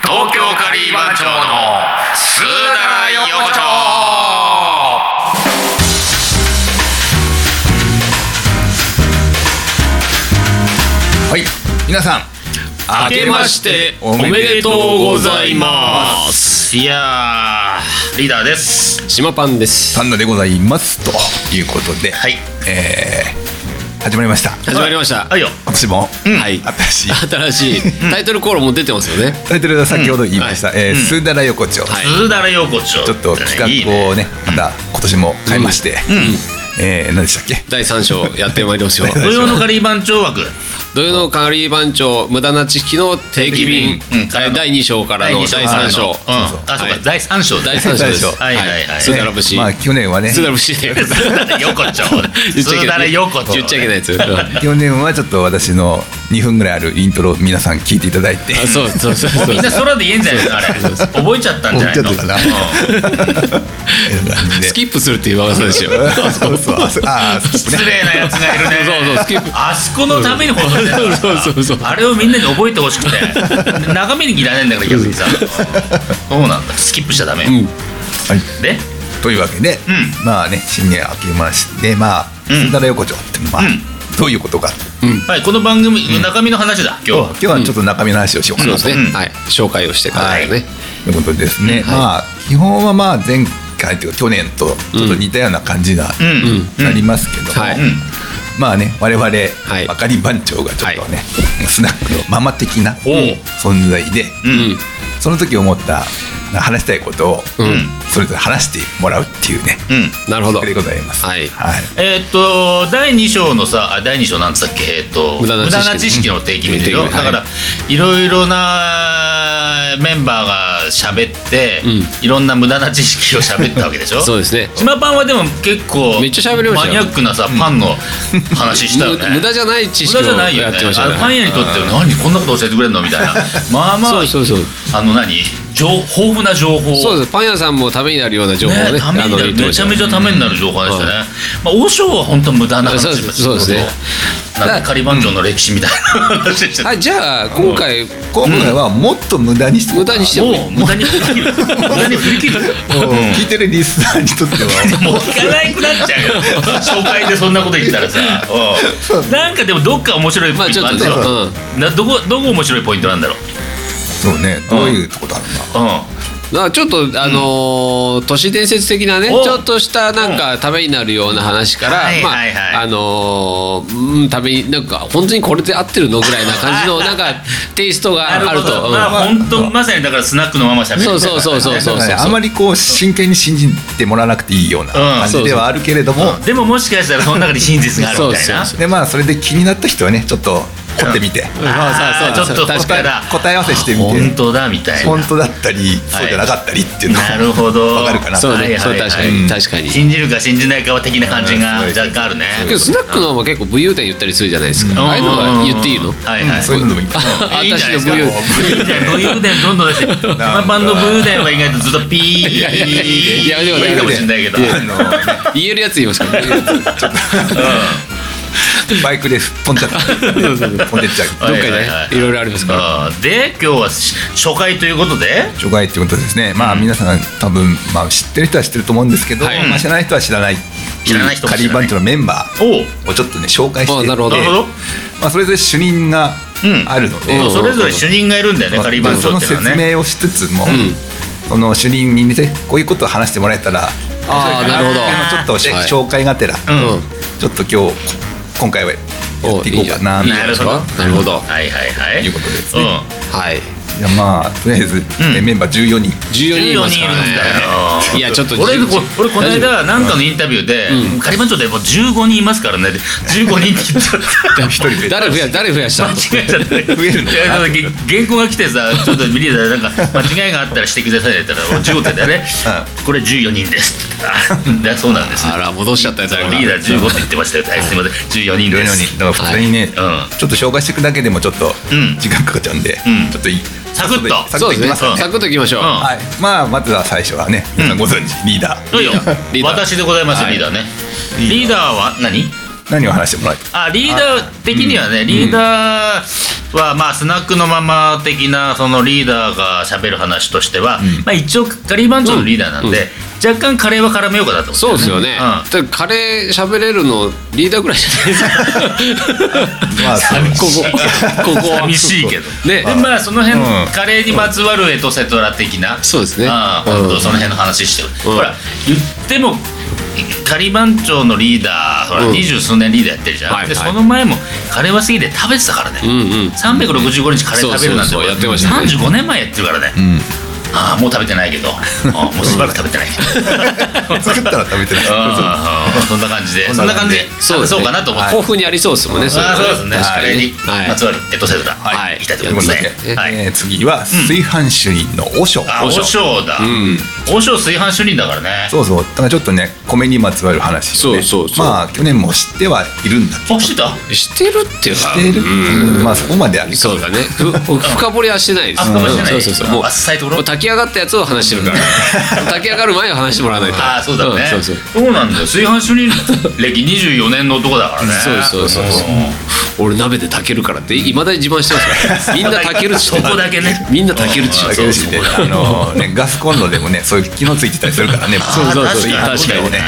東京カリー番長のスーダラ横丁。 はい、皆さん明けましておめでとうございます。いやー、リーダーです。 島パンです。 サンナでございますということで、 はい、 始まりました。 はいよ。 今年も、 はい、新しいタイトルコールも出てますよね。 タイトルは先ほど言いました、スーダラ横丁、 スーダラ横丁、 ちょっと企画をね、また今年も変えまして、何でしたっけ、 第3章やってまいりますよ。 土曜のカリー番長枠、 土曜のカリー番長無駄な知識の定期便、第2章からの第3章、 あ、そうか、第3章第3章です。 はいはいはい。 スーダラ節、 まあ去年はね、 スーダラ節でスーダラ横丁、スーダラ横丁、 言っちゃいけないやつ。 去年はちょっと私の2分ぐらいあるイントロ皆さん聞いていただいて、 そうみんな空で言えんじゃないのあれ、覚えちゃったんじゃないの。 スキップするっていう技ですよ。 失礼なやつがいるね。 そうスキップ、 あそこのためにほどね。 そうあれをみんなに覚えてほしくて、眺めにいらないんだから逆にさ。そうなんだ、スキップしちゃダメ。 はい、 でというわけで、まあね、新年明けまして、まあスーダラ横丁ってまあどういうことか、 はい、この番組中身の話だ。今日はちょっと中身の話をしようかなと、 そうですね、はい、紹介をしてからね、 ということですね。まあ基本はまあ前回というか去年とちょっと似たような感じになりますけども、まあね、我々バカリ番長がちょっとね、スナックのママ的な存在で、その時思った話したいことをそれぞれ話してもらうっていうね、 なるほどでございます。 はい、 第2章のさ、第2章なんつったっけ、無駄な知識の定義でしょ。だからいろいろなメンバーが喋っていろんな無駄な知識を喋ったわけでしょ。 そうですね。 島パンはでも結構めっちゃ喋りましたよ。 マニアックなさ、パンの話したよね。 無駄じゃない知識をやってましたね。 パン屋にとって何こんなこと教えてくれるのみたいな。まあまあ、 そう豊富な情報。 そうです。パン屋さんもためになるような情報をね、 めちゃめちゃためになる情報でしたね。まあ王将は本当無駄な話。 そうですね。 なんか仮番長の歴史みたいな話でした。 じゃあ今回はもっと無駄にして無駄にしても無駄に振り切る聞いてるリスナーにとってはもう聞かないくなっちゃうよ。紹介でそんなこと言ったらさ、なんかでもどっか面白いポイントあるんだよ。どこ面白いポイントなんだろう。 そうね、どういうとこだろうな。 ちょっと都市伝説的なね、ちょっとしたなんかためになるような話からためになんか本当にこれで合ってるのぐらいな感じのなんかテイストがあると、 本当まさにだからスナックのまましゃべる。 そうあまりこう真剣に信じてもらわなくていいような感じではあるけれども、 でももしかしたらその中に真実があるみたいな。 でまあそれで気になった人はね、ちょっと掘ってみて、ちょっと答え合わせしてみて、 本当だみたいな、 本当だったりそうじゃなかったりっていうのなるほど分かるかな。 そうね、確かに信じるか信じないかは的な感じが若干あるね。 けどスナックのも結構武勇伝言ったりするじゃないですか。ああいうのは言っていいの？ そういうのもいい。 私の武勇伝どんどん出して、マパンの武勇伝は意外とずっとピーいやでもいいかもしれないけど、 言えるやつ言いますからね。 バイクで飛んじゃった。飛んでっちゃう。 どっかね、いろいろありますから。 で今日は初回ということで。 初回ということですね。まあ皆さん多分まあ知ってる人は知ってると思うんですけど、まあ知らない人は知らない。カリー番長のメンバーをちょっとね紹介して、 なるほど。 まあそれぞれ主任があるので、 それぞれ主任がいるんだよね、カリー番長っていうのはね。 その説明をしつつも、その主任にねこういうことを話してもらえたら、 なるほど。 ちょっと紹介がてら、ちょっと今回はやっていこうかなみたいな。 なるほど。 いうことですね。 はい。 いやまあとりあえずメンバー14人。 14人いますからね。いやちょっと俺この間なんかのインタビューでカリー番長でもう15人いますからね。15人って言ったら 1人誰増やしたの？ 間違えちゃった。増えるんだよ。原稿が来てさ、ちょっとミリーダーなんか間違いがあったら指摘くださいって言ったら15ってね、これ14人ですって言った。そうなんです。 あら戻しちゃったやつ。 リーダー15って言ってましたよ。すみません、14人です。 だから普通にね、ちょっと紹介していくだけでもちょっと時間かかっちゃうんで、ちょっとサクッとそうですね。サクッといきましょう。 はい。まあまずは最初はね、皆さんご存知リーダー。 私でございます。リーダーね。リーダーは何？ 何を話してもらえた？ リーダー的にはね、リーダーはまあスナックのママ的なそのリーダーが喋る話としては、まあ一応カリー番長のリーダーなんで、若干カレーは絡めようかなと思って。 そうですよね。カレー喋れるのリーダーぐらいじゃないですか。 まあここ寂しいけどね。 でまあその辺カレーにまつわるエトセトラ的な、 そうですね。 本当その辺の話してる。ほら言っても仮番長のリーダー、ほら20数年リーダーやってるじゃん。でその前もカレーは好きで食べてたからね。365日カレー食べるなんて35年前やってるからね。もう食べてないけど、もうしばらく食べてないけど作ったら食べてない。 そんな感じでそうかなと思って。 豊富にありそうですもんね。 そうですね。カレーにまつわるエトセトラいきたいと思いますね。 次は炊飯主任の和尚。 和尚だ。和尚炊飯主任だからね。 そうそう。だからちょっとね米にまつわる話をね。まあ去年も知ってはいるんだけど。 知ってた？ 知ってるっていうか。 知ってる。まあそこまである。 そうだね。深掘りはしてないです。そう。もう浅いところ。 炊き上がったやつを話してるから炊き上がる前を話してもらわないと。 そうだね。そうなんだよ。炊飯主任歴24年の男だからね。 そう俺鍋で炊けるからっていまだに自慢してますから。みんな炊けるしそこだけね。 みんな炊けるしガスコンロでもねそういう機能ついてたりするからね。 そう確かにね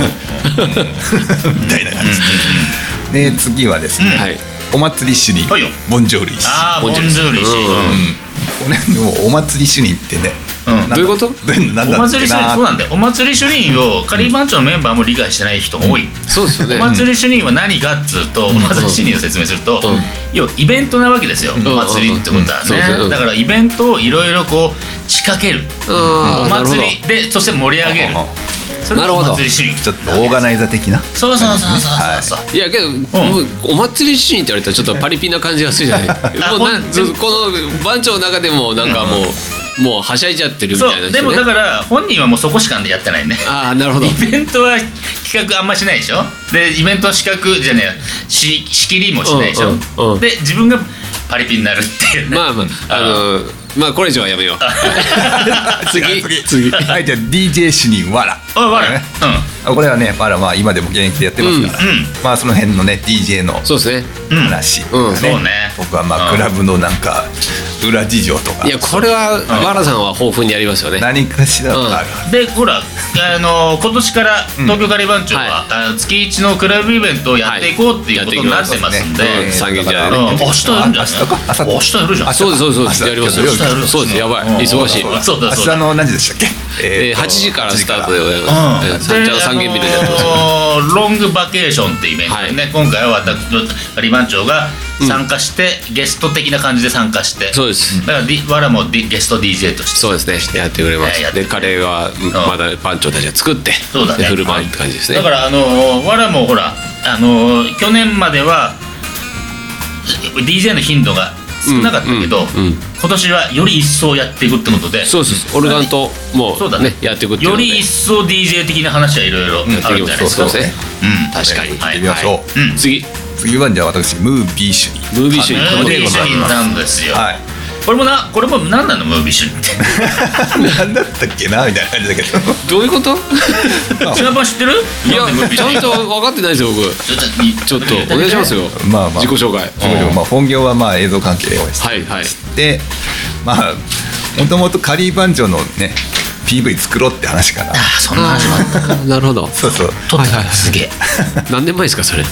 みたいな感じで次はですねお祭り主任ボンジョール石。 ボンジョール石。 これお祭り主任ってね、 どういうこと？ お祭り主任、そうなんだよ。お祭り主任をカリー番長のメンバーも理解してない人が多い。 そうですよね。 お祭り主任は何かっつうと、お祭り主任を説明すると、要はイベントなわけですよ。お祭りってことはね。だからイベントをいろいろこう仕掛ける。お祭りでそして盛り上げる。 なるほど。 ちょっとオーガナイザー的な。 そう。 いやけどお祭り主任って言われたらちょっとパリピな感じがするじゃない。この番長の中でもなんかもうはしゃいじゃってるみたいな。 でもだから本人はもうそこしかやってないね。 なるほど。 イベントは企画あんましないでしょ。でイベントは仕切りもしないでしょ。で自分がパリピになるっていうね。 まあこれ以上はやめよう。次はいじゃあ DJ 主任わら。これはねわらまあ今でも現役でやってますからまあその辺のね DJ の話僕はまあクラブのなんか裏事情とか。 いやこれはわらさんは豊富にやりますよね。 何かしらある。 でほら今年から東京カリー番長は月1のクラブイベントをやっていこうっていうことになってますんで。 三軒茶屋ね。明日やるんじゃない？明日やるじゃん。 そうですやりますよ。そうですやばい忙しい。 明日の何時でしたっけ ？8時からスタートでございます。三軒ビルでやってます。 ロングバケーションってイベントでね今回は私カリー番長が参加してゲスト的な感じで参加して。 そうです。 だからわらもゲスト DJ としてそうですねやってくれます。でカレーはまだ番長たちが作って振る舞うって感じですね。 だからわらもほら去年までは DJ の頻度が少なかったけど今年はより一層やっていくってことで。 そうですオルガンともうねやっていくっていうのでより一層 DJ 的な話はいろいろあるんじゃないですか。 そうですね確かに。 行ってみましょう。次はじゃあ私ムービー主任。 ムービー主任なんですよ。これも何なのムービー主任って何だったっけなみたいな感じだけど。 どういうこと？ 千葉さん知ってる？ いやちゃんと分かってないですよ僕。ちょっとお願いしますよ。 まあ自己紹介。 本業はまあ映像関係をしてまあもともとカリー番長のねPV 作ろうって話から。 そんな話もあった。 なるほど。 そう撮ってたすげえ。 何年前ですかそれ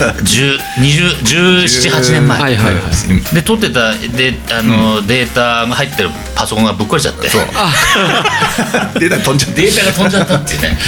17、8年前で撮ってたデータが入ってるパソコンがぶっ壊れちゃってデータが飛んじゃったっていうね。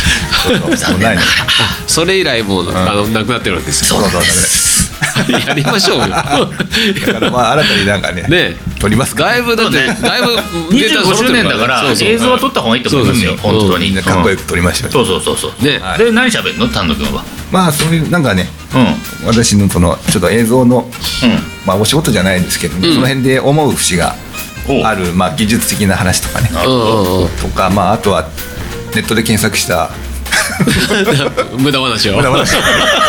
それ以来もうなくなってるわけですよ。やりましょうよ。だからまあ新たになんかね撮りますか。 だいぶだってだいぶ 25周年だから映像は撮った方がいいと思いますよ本当に。 かっこよく撮りましょう。 そうで何喋るの丹野くんは。 まあそういうなんかね私のそのちょっと映像のまあお仕事じゃないですけどその辺で思う節があるまあ技術的な話とかねとかまああとはネットで検索した無駄話を。 こんなもうちょ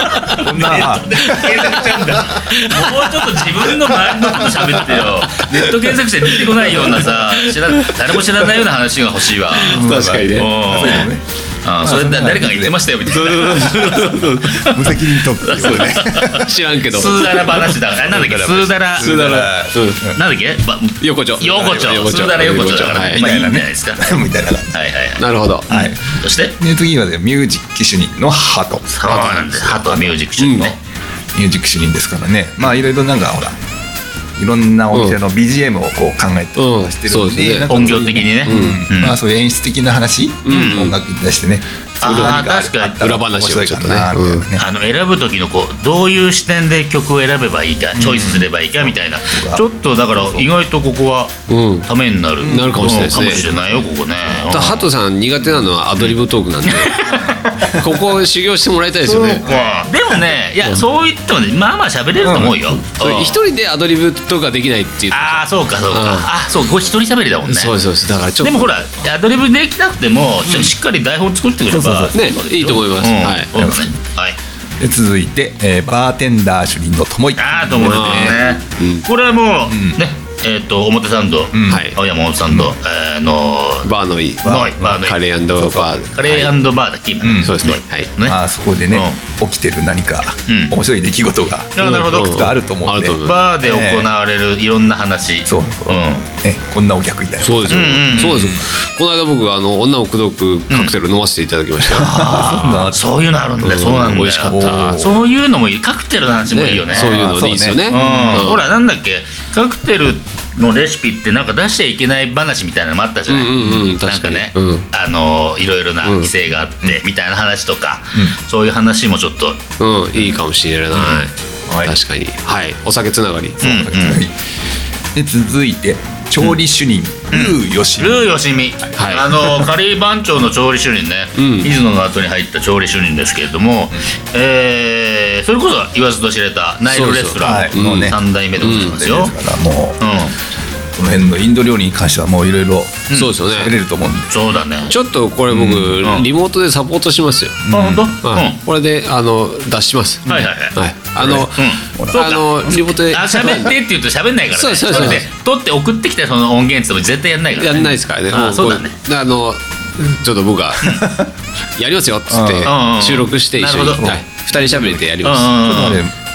っと自分の周りのこと喋ってよ。ネット検索して出てこないようなさ誰も知らないような話が欲しいわ。 確かにね。 それ誰かが言ってましたよみたいな。 無責任トークそうね。 知らんけどスーダラ話だから。なんだっけ、スーダラなんだっけ、 横丁、 スーダラ横丁だから、 みたいなね。 ですか。 みたいな。 なるほど。 そして次はミュージック主任のハト。 そうなんです。ハトはミュージック主任ね。 ミュージック主任ですからね。まあいろいろなんかほら。いろんなお店の BGM をこう考えてしてるんで、 音響的にね、 まあそういう演出的な話、音楽に対してね、 確かに裏話をちょっとね、 選ぶ時のこうどういう視点で曲を選べばいいか、チョイスすればいいかみたいな、ちょっとだから意外とここはためになるかもしれないですね。 かもしれないよここね。 ハトさん苦手なのはアドリブトークなんで、ここを修行してもらいたいですよね。 でもね、いやそう言ってもね、まあまあ喋れると思うよ。 一人でアドリブとかできないっていう。 そうか。これ一人喋りだもんね。 そうだからちょっと。 でもほらアドリブできなくてもしっかり台本作ってくればね、いいと思います。はい。 続いてバーテンダー主任のともい。 ともいね。これはもうね。表参道、青山表参道のバーのいいカレー&バー、 カレー&バーだっけ、 そうですね。 そこでね起きてる何か面白い出来事があると思うんで、 バーで行われるいろんな話、こんなお客いたよ。 そうですよ。この間僕女を口説くカクテル飲ませていただきました。 そういうのあるんだよ。そうなんだよ。美味しかった。そういうのもいい。カクテルの話もいいよね。 そういうのいいですよね。 ほらなんだっけ、カクテルのレシピってなんか出しちゃいけない話みたいなのもあったじゃない。なんかね、いろいろな規制があってみたいな話とか、そういう話もちょっといいかもしれない。確かに。お酒つながり。 で続いて調理主任ルーよしみ、カリー番長の調理主任ね、水野の後に入った調理主任ですけれども、それこそ言わずと知れたナイルレストランの3代目でございますよ。 この辺のインド料理に関してはもういろいろ喋れると思うんで。 そうだね。 ちょっとこれ僕リモートでサポートしますよ。 本当？ これで出します。リモートで喋ってって言うと喋んないからね。 そう取って送ってきたその音源っても絶対やんないからね。 やんないですからね。 そうだね。 ちょっと僕がやりますよっつって収録して一緒に2人喋れてやります。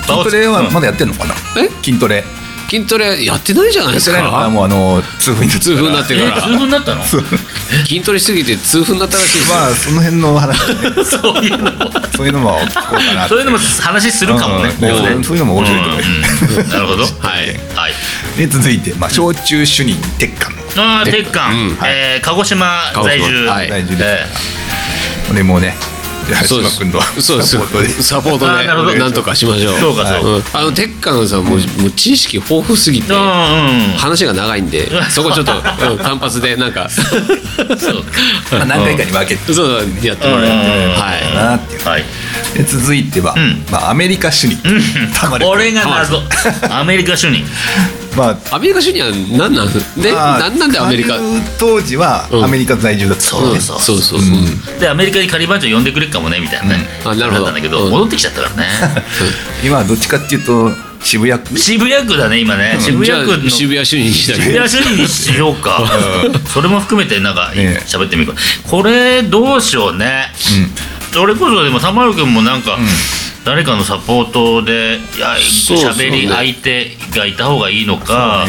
筋トレはまだやってんのかな。 筋トレやってないじゃないですか。 もう痛風になってから。 痛風になったの？ 筋トレしすぎて痛風になったらしいです。 まあその辺の話そういうのも聞こうかな。 そういうのも話するかもね。 そういうのも面白いと思う。 なるほど。 で続いて焼酎主任鉄管。 鉄管、鹿児島在住で、これもね島君のサポートでなんとかしましょう。 そうかそう。 鉄管さんもう知識豊富すぎて話が長いんで、そこちょっと単発でなんか何回かに分けてやってもらえる。で続いてはアメリカ主任。 これが謎。アメリカ主任。 アメリカ主任は何なんで、なんでアメリカ当時はアメリカ在住だった。 そうでアメリカに仮番長呼んでくれるかもねみたいなね。 なるほど。 なんだけど戻ってきちゃったからね。 今はどっちかっていうと渋谷区だね今ね。渋谷区の渋谷主任にした渋谷主任にしようか。それも含めてなんか喋ってみるか。これどうしようね。それこそでも玉丸君もなんか誰かのサポートで喋り相手がいた方がいいのか。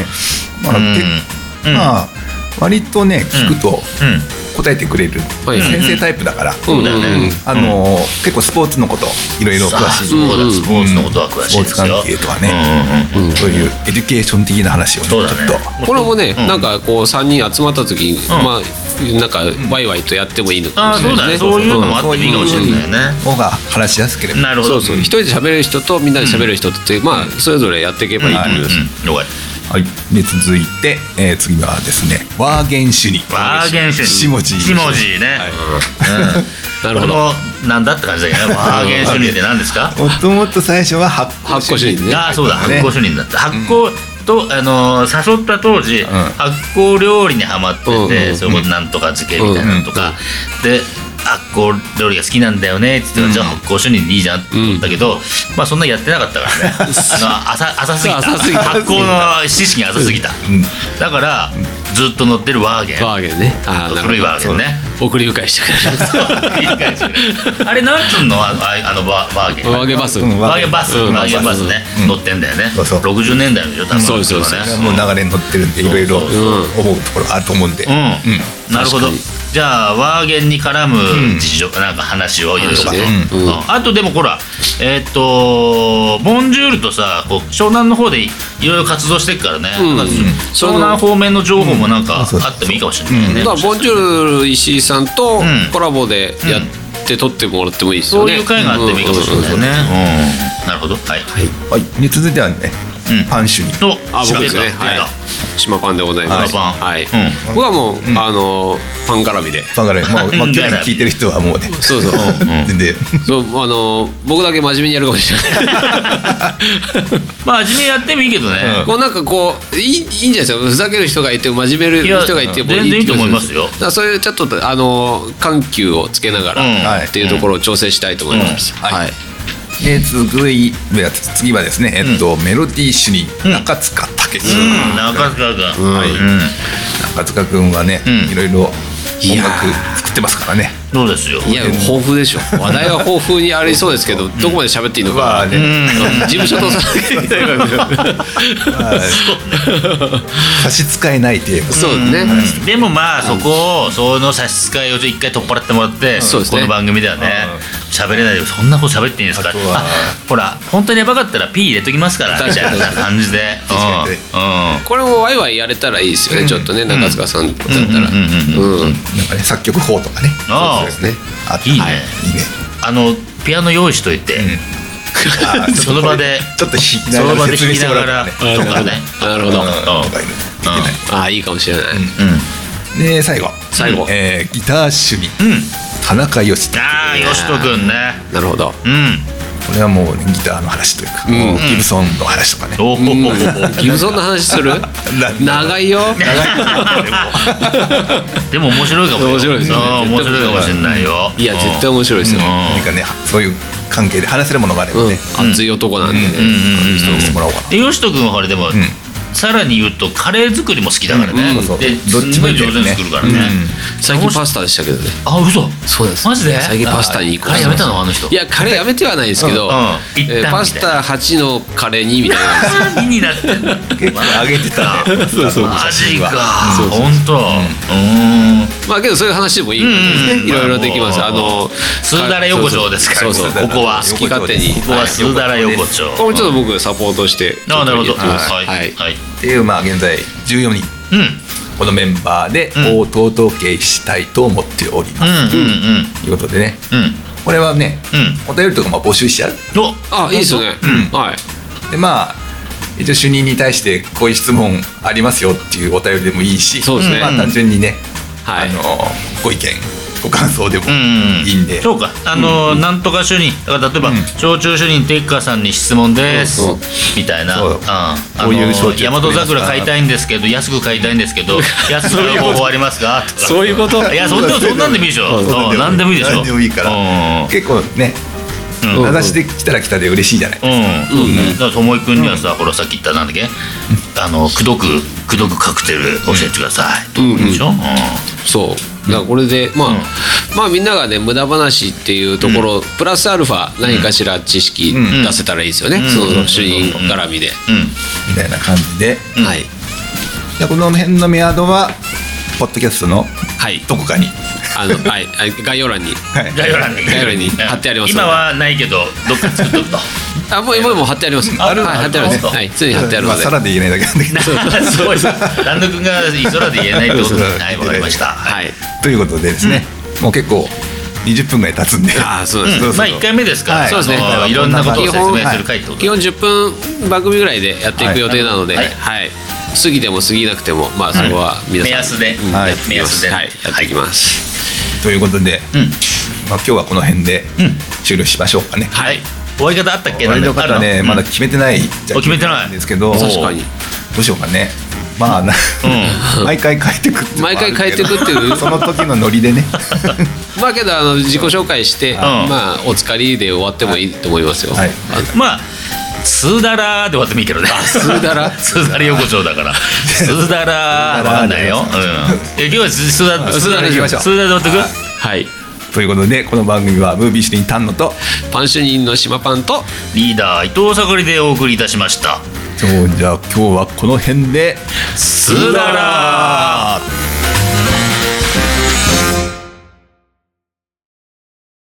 割とね聞くと答えてくれる先生タイプだから結構スポーツのこといろいろ詳しい。 スポーツのことは詳しいですよ。 スポーツ関係とかね、そういうエデュケーション的な話をねちょっと。 これもねなんかこう3人集まった時になんかワイワイとやってもいいのかもしれないですね。 そういうのもあってもいいかもしれないね。 方が話しやすければ。 なるほど。 一人で喋れる人とみんなで喋れる人ってそれぞれやっていけばいいと思います。 で続いて次はですねワーゲン主任。下地ね。 なるほど。 なんだって感じだけどね。ワーゲン主任って何ですか？ もともと最初は発酵主任ね。 そうだ、発酵主任だった。発酵と誘った当時発酵料理にハマってて、それこそなんとか漬けみたいなのとかで発酵料理が好きなんだよねって言って、じゃあ発酵主任でいいじゃんって言ったけど、まあそんなやってなかったからね浅すぎた発酵の知識が浅すぎた、だからずっと乗ってるワーゲンね、古いワーゲンね、 送り迎えしてくれるあれなんつうの、ワーゲンバスね、乗ってんだよね。60年代のよ、多分。 そうですね。 もう流れに乗ってるんで、いろいろ思うところあると思うんで。 なるほど。じゃあワーゲンに絡む事情、なんか話をいろいろと。あとでもほら、ボンジュールとさ、湘南の方でいろいろ活動してるからね。湘南方面の情報もなんかあってもいいかもしれないね。 ボンジュール石井さんとコラボでやって撮ってもらってもいいですよね。 そういう会があってもいいかもしれないね。なるほど。はい。 続いてはね、パン主任。 僕ですね。島パンでございます。僕はもうパン絡みで。 パン絡み。もう聞いてる人はもうね。 そうそう。で、僕だけ真面目にやるかもしれない。 まあ真面目にやってもいいけどね。 こうなんかこういいんじゃないですか。ふざける人がいても真面目な人がいても全然いいと思いますよ。 そういうちょっと緩急をつけながらっていうところを調整したいと思います。はい。 次はですね、メロディー主任中塚武史。中塚君はね、いろいろ音楽作ってますからね。 そうですよ。 いや豊富でしょ。話題は豊富にありそうですけど、どこまで喋っていいのか事務所とさみたいな。 差し支えないテーマ。 そうですね。 でもまあその差し支えを一回取っ払ってもらって、この番組ではね喋れないでそんなこと喋っていいんですか。ほら本当にやばかったら P 入れときますからみたいな感じで。 これもワイワイやれたらいいですよね。ちょっとね中塚さんだったら。なんかね作曲法とかね。 いいね。ピアノ用意しといて、その場でちょっとその場で弾きながらとかね。 なるほど。いいかもしれない。 で最後ギター主任田中義人。 義人君ね。 なるほど。 これはもうギターの話というか、ギブソンの話とかね。 ギブソンの話する？長いよ。 でも面白いかも。面白いですよ。面白いかもしれないよ。 いや絶対面白いですよ。 何かねそういう関係で話せるものがあればね。 熱い男なんでね。 してもらおうかな。で義人君はあれでも。さらに言うとカレー作りも好きだからね。で、どっちも上手に作るからね。 最近パスタでしたけどね。 嘘。 そうです。 マジで？ 最近パスタに行こう。 カレーやめたのあの人。 いやカレーやめてはないですけど、パスタ8のカレー2みたいな。 2になってんだ。 結構上げてた。 そうマジか。本当。 まあけどそういう話でもいいですね。いろいろできます。 スーダラ横丁ですから。そうここは好き勝手に。 ここはスーダラ横丁。 これもちょっと僕サポートして。 なるほど。 はい。っていう現在14人このメンバーでお届けしたいと思っておりますということでね、これはねお便りとか募集しちゃう。 いいですよね。 で一応主任に対してこういう質問ありますよっていうお便りでもいいし、単純にねご意見ご感想でもいいんで。 そうかなんとか主任だから例えば焼酎主任テッカーさんに質問ですみたいな。大和桜買いたいんですけど安く買いたいんですけど安く買う方法ありますかとか。 そういうこと。 いやそんなんでもいいでしょ。なんでもいいでしょ。 なんでもいいから結構ね名指しで来たら来たで嬉しいじゃない。だからともいくんにはさほらさっき言ったなんだっけくどくカクテル教えてくださいとでしょ。 そうだからこれでまあみんながね無駄話っていうところプラスアルファ何かしら知識出せたらいいですよね。その主任絡みでみたいな感じで。この辺のメアドはポッドキャストのどこかに概要欄に貼ってあります。 今はないけどどっか作っとくと。 もう今も貼ってあります。貼ってあります。常に貼ってあるので。 さらで言えないだけなんだけど。 すごい。ランド君が空で言えないってことで。はい、わかりました。 ということでですね、もう結構20分ぐらい経つんで。 そうです。 まあ1回目ですから。そうですね。いろんなことを説明する回ってこと。 基本10分番組ぐらいでやっていく予定なので、過ぎても過ぎなくてもそこは皆さん目安でやっていきます。 ということで、今日はこの辺で終了しましょうかね。 終わり方あったっけ？ 終わり方ねまだ決めてない。 決めてないんですけど、 確かにどうしようかね。 まあ毎回変えてくって毎回変えてくっていうその時のノリでねまあけど自己紹介して、まあお疲れで終わってもいいと思いますよ。 まあスーダラで終わってもいいけどね。 スーダラスーダラ横丁だからスーダラわかんないよ。今日はスーダラでいきましょう。スーダラで終わってく。 はい。 ということでこの番組はムービー主任丹野とパン主任の島パンとリーダー伊藤盛りでお送りいたしました。 じゃあ今日はこの辺でスーダラー。